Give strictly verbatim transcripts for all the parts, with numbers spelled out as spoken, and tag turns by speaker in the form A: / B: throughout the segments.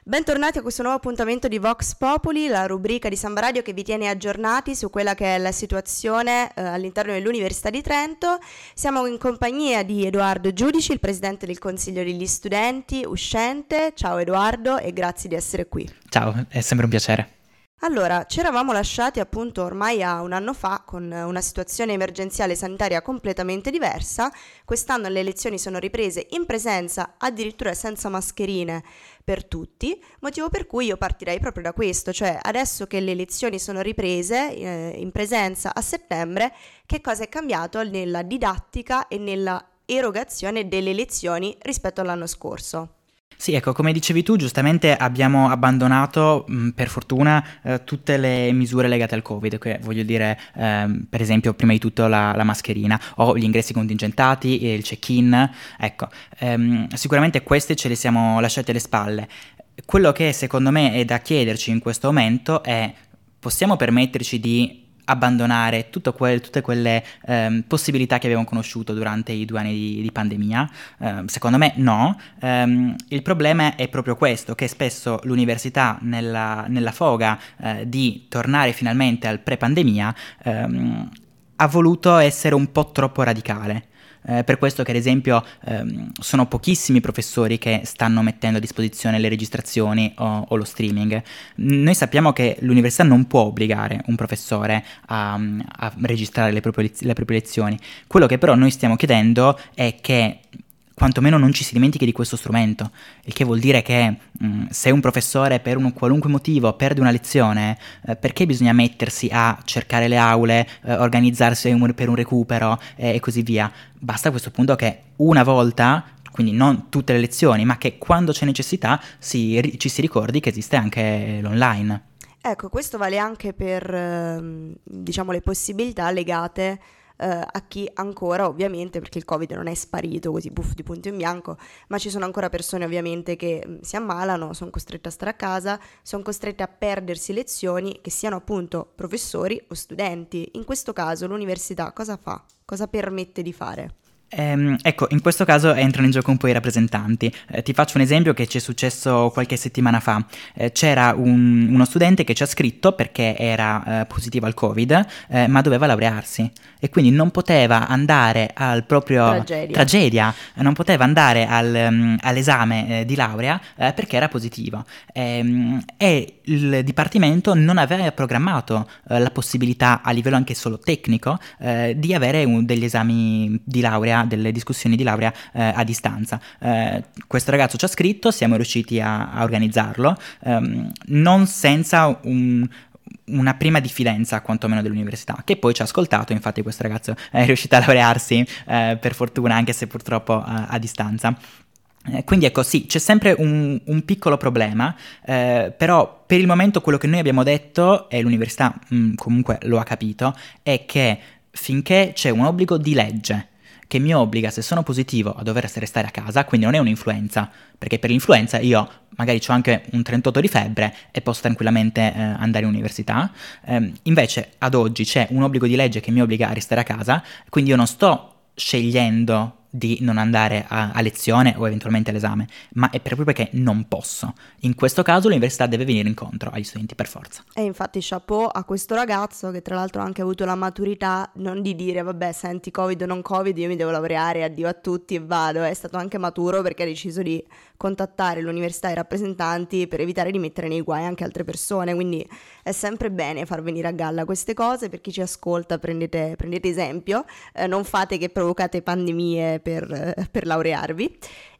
A: Bentornati a questo nuovo appuntamento di Vox Populi, la rubrica di Samba Radio che vi tiene aggiornati su quella che è la situazione eh, all'interno dell'Università di Trento. Siamo in compagnia di Edoardo Giudici, il presidente del Consiglio degli Studenti uscente. Ciao Edoardo e grazie di essere qui.
B: Ciao, è sempre un piacere.
A: Allora, ci eravamo lasciati appunto ormai a un anno fa con una situazione emergenziale sanitaria completamente diversa. Quest'anno le lezioni sono riprese in presenza, addirittura senza mascherine per tutti, motivo per cui io partirei proprio da questo, cioè adesso che le lezioni sono riprese eh, in presenza a settembre, che cosa è cambiato nella didattica e nella erogazione delle lezioni rispetto all'anno scorso?
B: Sì, ecco, come dicevi tu, giustamente abbiamo abbandonato, mh, per fortuna, eh, tutte le misure legate al Covid, che voglio dire, ehm, per esempio, prima di tutto la, la mascherina o gli ingressi contingentati, il check-in, ecco, ehm, sicuramente queste ce le siamo lasciate alle spalle. Quello che secondo me è da chiederci in questo momento è: possiamo permetterci di abbandonare tutto quel, tutte quelle ehm, possibilità che abbiamo conosciuto durante i due anni di, di pandemia? Eh, secondo me no. Um, il problema è proprio questo, che spesso l'università nella, nella foga eh, di tornare finalmente al pre-pandemia ehm, ha voluto essere un po' troppo radicale. Eh, per questo che ad esempio ehm, sono pochissimi professori che stanno mettendo a disposizione le registrazioni o, o lo streaming. Noi sappiamo che l'università non può obbligare un professore a, a registrare le proprie, le proprie lezioni. Quello che però noi stiamo chiedendo è che quantomeno non ci si dimentichi di questo strumento, il che vuol dire che mh, se un professore per un qualunque motivo perde una lezione, eh, perché bisogna mettersi a cercare le aule, eh, organizzarsi un, per un recupero eh, e così via? Basta a questo punto che una volta, quindi non tutte le lezioni, ma che quando c'è necessità si, ci si ricordi che esiste anche l'online.
A: Ecco, questo vale anche per, ehm, diciamo, le possibilità legate Uh, a chi ancora, ovviamente, perché il Covid non è sparito così buff di punto in bianco, ma ci sono ancora persone ovviamente che mh, si ammalano, sono costrette a stare a casa, sono costrette a perdersi lezioni, che siano appunto professori o studenti. In questo caso l'università cosa fa? Cosa permette di fare?
B: Ehm, ecco, in questo caso entrano in gioco un po' i rappresentanti. Eh, ti faccio un esempio che ci è successo qualche settimana fa. Eh, c'era un, uno studente che ci ha scritto perché era eh, positivo al Covid, eh, ma doveva laurearsi e quindi non poteva andare al proprio
A: tragedia,
B: tragedia non poteva andare al, um, all'esame eh, di laurea eh, perché era positivo. Ehm, e il dipartimento non aveva programmato eh, la possibilità, a livello anche solo tecnico, eh, di avere un, degli esami di laurea, delle discussioni di laurea eh, a distanza. Eh, questo ragazzo ci ha scritto, siamo riusciti a, a organizzarlo, ehm, non senza un, una prima diffidenza quantomeno dell'università, che poi ci ha ascoltato. Infatti questo ragazzo è riuscito a laurearsi eh, per fortuna, anche se purtroppo a, a distanza. Eh, quindi ecco, sì, c'è sempre un, un piccolo problema, eh, però per il momento quello che noi abbiamo detto, e l'università mh, comunque lo ha capito, è che finché c'è un obbligo di legge che mi obbliga, se sono positivo, a dover restare a casa, quindi non è un'influenza, perché per l'influenza io magari ho anche un trentotto di febbre e posso tranquillamente eh, andare in università, eh, invece ad oggi c'è un obbligo di legge che mi obbliga a restare a casa, quindi io non sto scegliendo di non andare a, a lezione o eventualmente all'esame, ma è proprio perché non posso. In questo caso l'università deve venire incontro agli studenti per forza.
A: E infatti chapeau a questo ragazzo, che tra l'altro ha anche avuto la maturità non di dire vabbè, senti, Covid o non Covid, io mi devo laureare, addio a tutti e vado. È stato anche maturo perché ha deciso di contattare l'università e i rappresentanti per evitare di mettere nei guai anche altre persone, quindi è sempre bene far venire a galla queste cose. Per chi ci ascolta, prendete, prendete esempio, eh, non fate che provocate pandemie per, per laurearvi.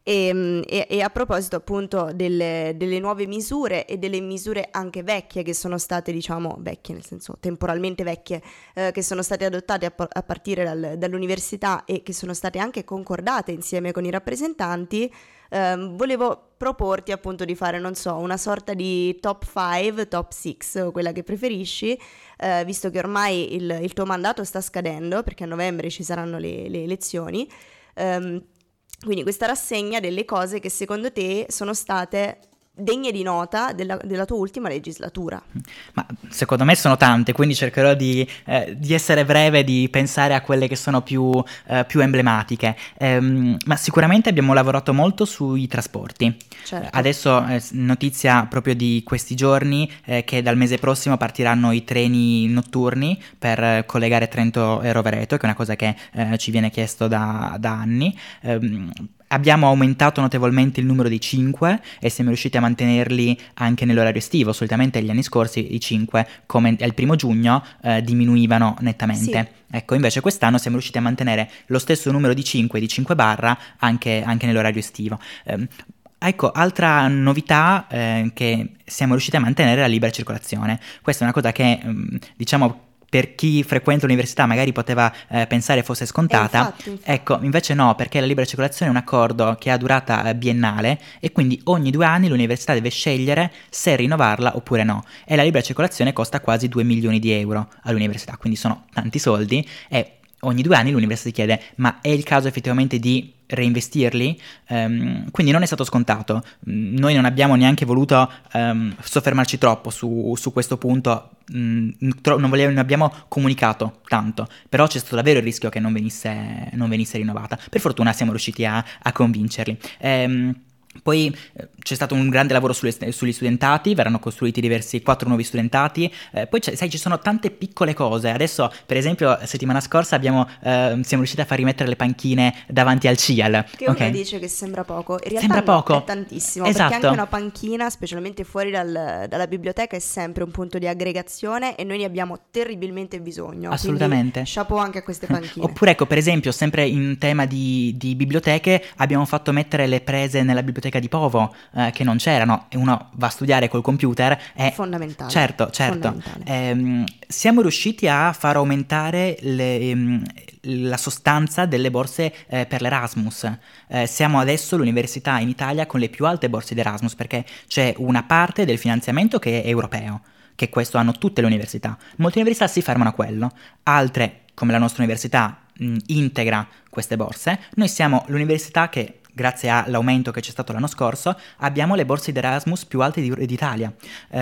A: E, e, e a proposito appunto delle, delle nuove misure e delle misure anche vecchie che sono state, diciamo vecchie nel senso temporalmente vecchie, eh, che sono state adottate a, a partire dal, dall'università e che sono state anche concordate insieme con i rappresentanti, eh, volevo proporti appunto di fare, non so, una sorta di top cinque, top sei, o quella che preferisci, eh, visto che ormai il, il tuo mandato sta scadendo, perché a novembre ci saranno le, le elezioni. Um, Quindi questa rassegna delle cose che secondo te sono state degne di nota della, della tua ultima legislatura?
B: Ma secondo me sono tante, quindi cercherò di, eh, di essere breve, di pensare a quelle che sono più, eh, più emblematiche. Ehm, ma sicuramente abbiamo lavorato molto sui trasporti.
A: Certo.
B: Adesso eh, notizia proprio di questi giorni eh, che dal mese prossimo partiranno i treni notturni per eh, collegare Trento e Rovereto, che è una cosa che eh, ci viene chiesto da, da anni. Ehm, Abbiamo aumentato notevolmente il numero dei cinque e siamo riusciti a mantenerli anche nell'orario estivo. Solitamente gli anni scorsi i cinque, come al primo giugno, eh, diminuivano nettamente.
A: Sì.
B: Ecco, invece quest'anno siamo riusciti a mantenere lo stesso numero di cinque, di cinque barra, anche, anche nell'orario estivo. Eh, Ecco, altra novità eh, che siamo riusciti a mantenere è la libera circolazione. Questa è una cosa che, mh, diciamo, per chi frequenta l'università magari poteva eh, pensare fosse scontata.
A: Eh, infatti, infatti.
B: Ecco, invece no, perché la libera circolazione è un accordo che ha durata eh, biennale e quindi ogni due anni l'università deve scegliere se rinnovarla oppure no. E la libera circolazione costa quasi due milioni di euro all'università, quindi sono tanti soldi e ogni due anni l'università si chiede: ma è il caso effettivamente di reinvestirli? Um, quindi non è stato scontato. Noi non abbiamo neanche voluto um, soffermarci troppo su, su questo punto, um, tro- non, volevo, non abbiamo comunicato tanto, però c'è stato davvero il rischio che non venisse, non venisse rinnovata. Per fortuna siamo riusciti a, a convincerli. Um, Poi eh, c'è stato un grande lavoro sulle, sugli studentati, verranno costruiti diversi quattro nuovi studentati, eh, poi sai, ci sono tante piccole cose. Adesso, per esempio, settimana scorsa abbiamo, eh, siamo riusciti a far rimettere le panchine davanti al C I A L.
A: Che uno
B: okay?
A: dice che sembra poco, in realtà
B: sembra
A: no,
B: poco.
A: È tantissimo,
B: Esatto.
A: perché anche una panchina, specialmente fuori dal, dalla biblioteca, è sempre un punto di aggregazione e noi ne abbiamo terribilmente bisogno.
B: Assolutamente.
A: Quindi chapeau anche a queste panchine.
B: Oppure ecco, per esempio, sempre in tema di, di biblioteche, abbiamo fatto mettere le prese nella biblioteca di Povo, eh, che non c'erano, e uno va a studiare col computer. È
A: fondamentale.
B: Certo, certo.
A: Fondamentale.
B: Ehm, siamo riusciti a far aumentare le, ehm, la sostanza delle borse eh, per l'Erasmus. Eh, siamo adesso l'università in Italia con le più alte borse di Erasmus, perché c'è una parte del finanziamento che è europeo, che questo hanno tutte le università. Molte università si fermano a quello, altre, come la nostra università, mh, integra queste borse. Noi siamo l'università che, grazie all'aumento che c'è stato l'anno scorso, abbiamo le borse di Erasmus più alte di, d'Italia.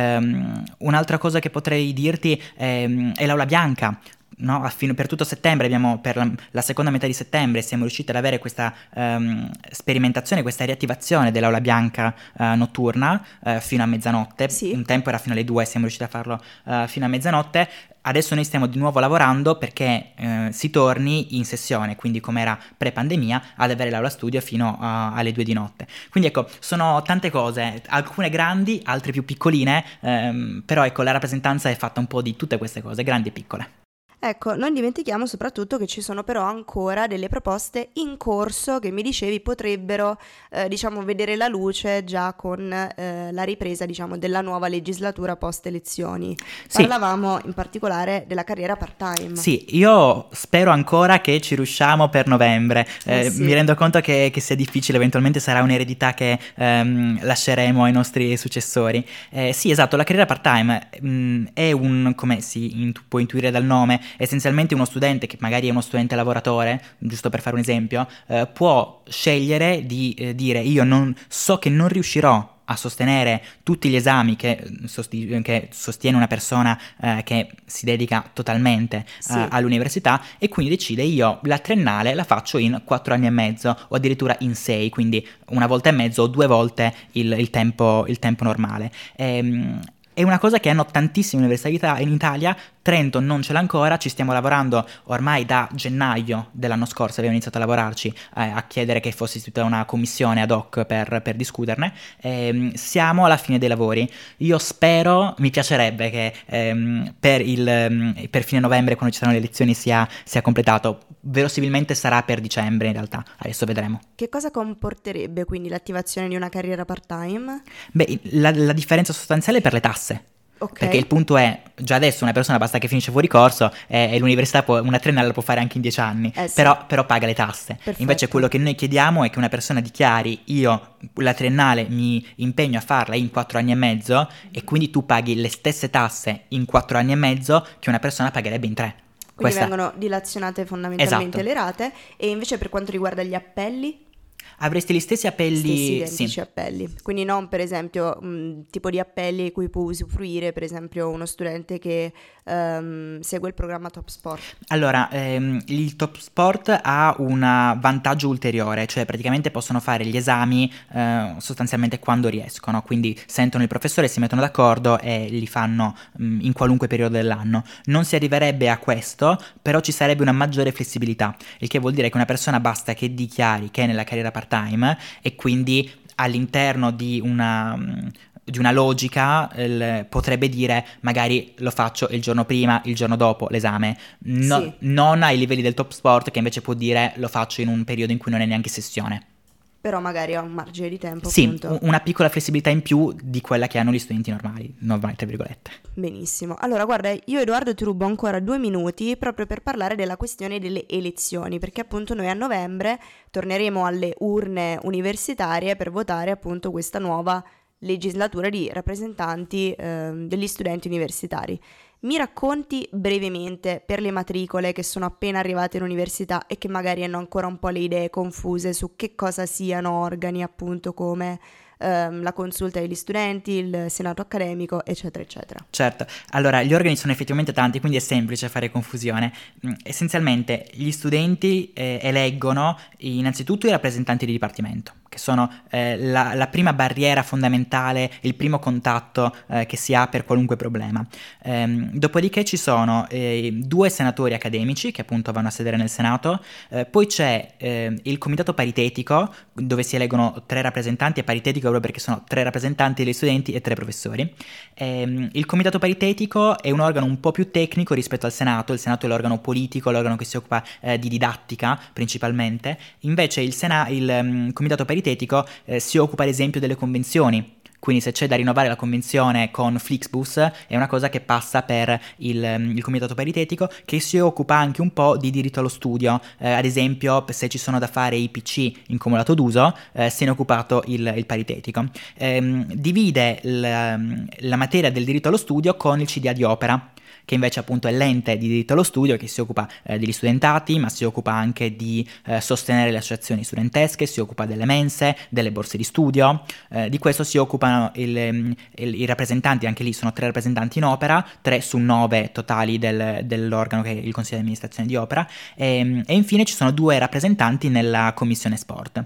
B: Um, un'altra cosa che potrei dirti è, è l'Aula Bianca. No, fino, per tutto settembre abbiamo, per la, la seconda metà di settembre siamo riusciti ad avere questa um, sperimentazione, questa riattivazione dell'aula bianca uh, notturna uh, fino a mezzanotte.
A: Sì.
B: Un tempo era fino alle due, siamo riusciti a farlo uh, fino a mezzanotte. Adesso noi stiamo di nuovo lavorando perché uh, si torni in sessione, quindi come era pre-pandemia, ad avere l'aula studio fino uh, alle due di notte. Quindi ecco, sono tante cose, alcune grandi, altre più piccoline, um, però ecco, la rappresentanza è fatta un po' di tutte queste cose, grandi e piccole.
A: Ecco, non dimentichiamo soprattutto che ci sono però ancora delle proposte in corso che mi dicevi potrebbero, eh, diciamo, vedere la luce già con eh, la ripresa, diciamo, della nuova legislatura post elezioni.
B: Sì.
A: Parlavamo in particolare della carriera part-time.
B: Sì, io spero ancora che ci riusciamo per novembre. Eh,
A: Eh sì.
B: Mi rendo conto che, che sia difficile, eventualmente sarà un'eredità che ehm, lasceremo ai nostri successori. Eh, sì, esatto, la carriera part-time mh, è un, come si intu- può intuire dal nome, essenzialmente uno studente che magari è uno studente lavoratore, giusto per fare un esempio, eh, può scegliere di eh, dire: io non so che non riuscirò a sostenere tutti gli esami che, sosti- che sostiene una persona eh, che si dedica totalmente
A: Sì.
B: eh, all'università, e quindi decide: io la triennale la faccio in quattro anni e mezzo o addirittura in sei, quindi una volta e mezzo o due volte il, il, tempo, il tempo normale. Ehm, È una cosa che hanno tantissime università in Italia. Trento non ce l'ha ancora, ci stiamo lavorando ormai da gennaio dell'anno scorso, abbiamo iniziato a lavorarci, eh, a chiedere che fosse istituita una commissione ad hoc per, per discuterne. Eh, siamo alla fine dei lavori. Io spero, mi piacerebbe che ehm, per, il, per fine novembre, quando ci saranno le elezioni, sia, sia completato. Verosimilmente sarà per dicembre in realtà, adesso vedremo.
A: Che cosa comporterebbe quindi l'attivazione di una carriera part-time?
B: Beh, la, la differenza sostanziale è per le tasse.
A: Ok.
B: Perché il punto è, già adesso una persona basta che finisce fuori corso e, e l'università può, una triennale la può fare anche in dieci anni,
A: Eh sì.
B: però, però paga le tasse.
A: Perfetto.
B: Invece quello che noi chiediamo è che una persona dichiari: io la triennale mi impegno a farla in quattro anni e mezzo, e quindi tu paghi le stesse tasse in quattro anni e mezzo che una persona pagherebbe in tre.
A: Quindi
B: Questa...
A: vengono dilazionate fondamentalmente
B: Esatto.
A: le rate. E invece per quanto riguarda gli appelli?
B: Avresti gli stessi
A: stessi
B: appelli,
A: identici
B: sì.
A: appelli. Quindi non per esempio mh, tipo di appelli cui può usufruire per esempio uno studente che ehm, segue il programma Top Sport.
B: Allora, ehm, il Top Sport ha un vantaggio ulteriore, cioè praticamente possono fare gli esami eh, sostanzialmente quando riescono, quindi sentono il professore, si mettono d'accordo e li fanno mh, in qualunque periodo dell'anno. Non si arriverebbe a questo, però ci sarebbe una maggiore flessibilità, il che vuol dire che una persona basta che dichiari che è nella carriera part-time e quindi all'interno di una, di una logica il- potrebbe dire magari lo faccio il giorno prima, il giorno dopo l'esame, No-
A: Sì,
B: non ai livelli del top sport che invece può dire lo faccio in un periodo in cui non è neanche sessione.
A: però magari ha un margine di tempo
B: Sì, u-
A: appunto.
B: una piccola flessibilità in più di quella che hanno gli studenti normali, normali tra virgolette.
A: Benissimo. Allora, guarda, io Edoardo ti rubo ancora due minuti proprio per parlare della questione delle elezioni, perché appunto noi a novembre torneremo alle urne universitarie per votare appunto questa nuova legislatura di rappresentanti ehm, degli studenti universitari. Mi racconti brevemente per le matricole che sono appena arrivate in università e che magari hanno ancora un po' le idee confuse su che cosa siano organi appunto come ehm, la consulta degli studenti, il senato accademico, eccetera, eccetera.
B: Certo, allora gli organi sono effettivamente tanti, quindi è semplice fare confusione. Mm, Essenzialmente gli studenti eh, eleggono innanzitutto i rappresentanti di dipartimento, che sono eh, la, la prima barriera fondamentale, il primo contatto eh, che si ha per qualunque problema. Ehm, dopodiché ci sono eh, due senatori accademici che appunto vanno a sedere nel Senato, eh, poi c'è eh, il comitato paritetico dove si eleggono tre rappresentanti, è paritetico proprio perché sono tre rappresentanti degli studenti e tre professori. Ehm, il comitato paritetico è un organo un po' più tecnico rispetto al Senato, il Senato è l'organo politico, l'organo che si occupa eh, di didattica principalmente, invece il, Sena- il um, comitato paritetico eh, si occupa ad esempio delle convenzioni. Quindi se c'è da rinnovare la convenzione con Flixbus è una cosa che passa per il, um, il comitato paritetico che si occupa anche un po' di diritto allo studio, eh, ad esempio se ci sono da fare i P C in comulato d'uso eh, se ne è occupato il, il paritetico. Ehm, divide l, um, la materia del diritto allo studio con il C D A di opera, che invece appunto è l'ente di diritto allo studio che si occupa eh, degli studentati, ma si occupa anche di eh, sostenere le associazioni studentesche, si occupa delle mense, delle borse di studio, eh, di questo si occupano il, il, i rappresentanti, anche lì sono tre rappresentanti in opera, tre su nove totali del, dell'organo che è il Consiglio di amministrazione di opera, e, e infine ci sono due rappresentanti nella commissione sport.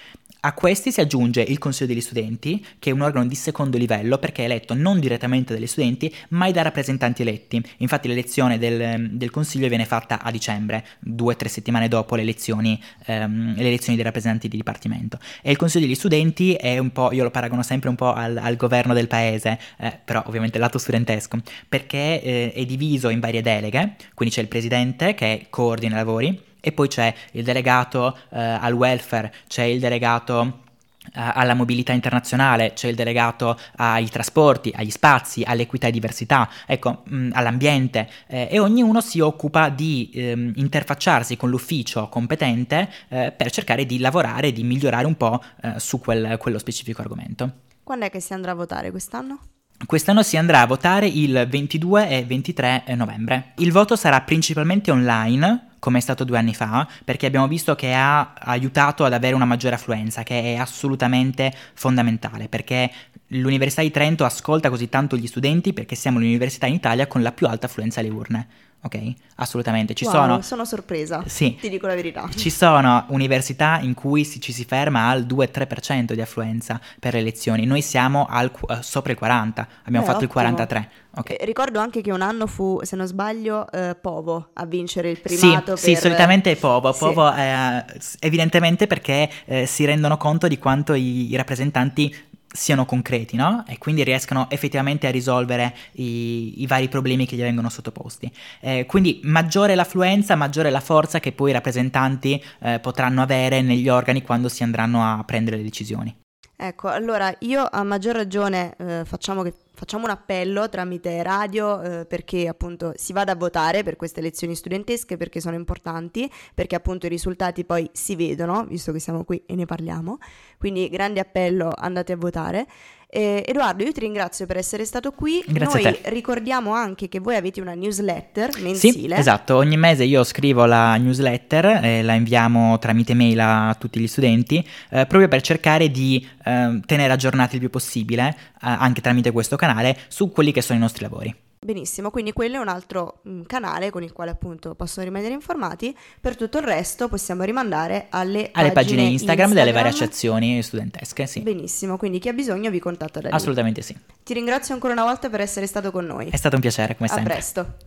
B: A questi si aggiunge il Consiglio degli Studenti, che è un organo di secondo livello perché è eletto non direttamente dagli studenti, ma da rappresentanti eletti. Infatti l'elezione del, del Consiglio viene fatta a dicembre, due o tre settimane dopo le elezioni, ehm, le elezioni dei rappresentanti di dipartimento. E il Consiglio degli Studenti è un po', io lo paragono sempre un po' al, al governo del paese, eh, però ovviamente lato studentesco, perché eh, è diviso in varie deleghe, quindi c'è il presidente che coordina i lavori, e poi c'è il delegato eh, al welfare, c'è il delegato eh, alla mobilità internazionale, c'è il delegato ai trasporti, agli spazi, all'equità e diversità, ecco, mh, all'ambiente, eh, e ognuno si occupa di ehm, interfacciarsi con l'ufficio competente eh, per cercare di lavorare e di migliorare un po' eh, su quel, quello specifico argomento.
A: Quando è che si andrà a votare quest'anno?
B: Quest'anno si andrà a votare il ventidue e ventitré novembre. Il voto sarà principalmente online, come è stato due anni fa, perché abbiamo visto che ha aiutato ad avere una maggiore affluenza, che è assolutamente fondamentale, perché l'Università di Trento ascolta così tanto gli studenti perché siamo l'università in Italia con la più alta affluenza alle urne. Ok? Assolutamente. Ci
A: Wow,
B: sono...
A: sono sorpresa,
B: Sì.
A: ti dico la verità.
B: Ci sono università in cui si, ci si ferma al due tre per cento di affluenza per le elezioni. Noi siamo al, uh, sopra il quaranta, abbiamo
A: Eh,
B: fatto
A: ottimo.
B: il quarantatré. Okay.
A: Eh, ricordo anche che un anno fu, se non sbaglio, eh, Povo a vincere il
B: Sì,
A: primato
B: sì,
A: per...
B: solitamente è Povo.
A: Sì.
B: Povo eh, evidentemente perché eh, si rendono conto di quanto i, i rappresentanti siano concreti, no? E quindi riescano effettivamente a risolvere i, i vari problemi che gli vengono sottoposti. Eh, quindi maggiore l'affluenza, maggiore la forza che poi i rappresentanti eh, potranno avere negli organi quando si andranno a prendere le decisioni.
A: Ecco, allora io a maggior ragione eh, facciamo che facciamo un appello tramite radio eh, perché appunto si vada a votare per queste elezioni studentesche, perché sono importanti, perché appunto i risultati poi si vedono, visto che siamo qui e ne parliamo. Quindi grande appello, andate a votare. Eh, Edoardo, io ti ringrazio per essere stato qui.
B: Grazie
A: Noi
B: a te.
A: ricordiamo anche che voi avete una newsletter mensile.
B: Sì, esatto, ogni mese io scrivo la newsletter e la inviamo tramite mail a tutti gli studenti, eh, proprio per cercare di eh, tenere aggiornati il più possibile, eh, anche tramite questo canale, su quelli che sono i nostri lavori.
A: Benissimo, quindi quello è un altro mh, canale con il quale appunto possono rimanere informati. Per tutto il resto possiamo rimandare alle,
B: Alle pagine Instagram,
A: Instagram
B: delle varie associazioni studentesche, sì.
A: Benissimo, quindi chi ha bisogno vi contatta da lì.
B: Assolutamente sì.
A: Ti ringrazio ancora una volta per essere stato con noi.
B: È stato un piacere, come
A: A
B: sempre.
A: presto.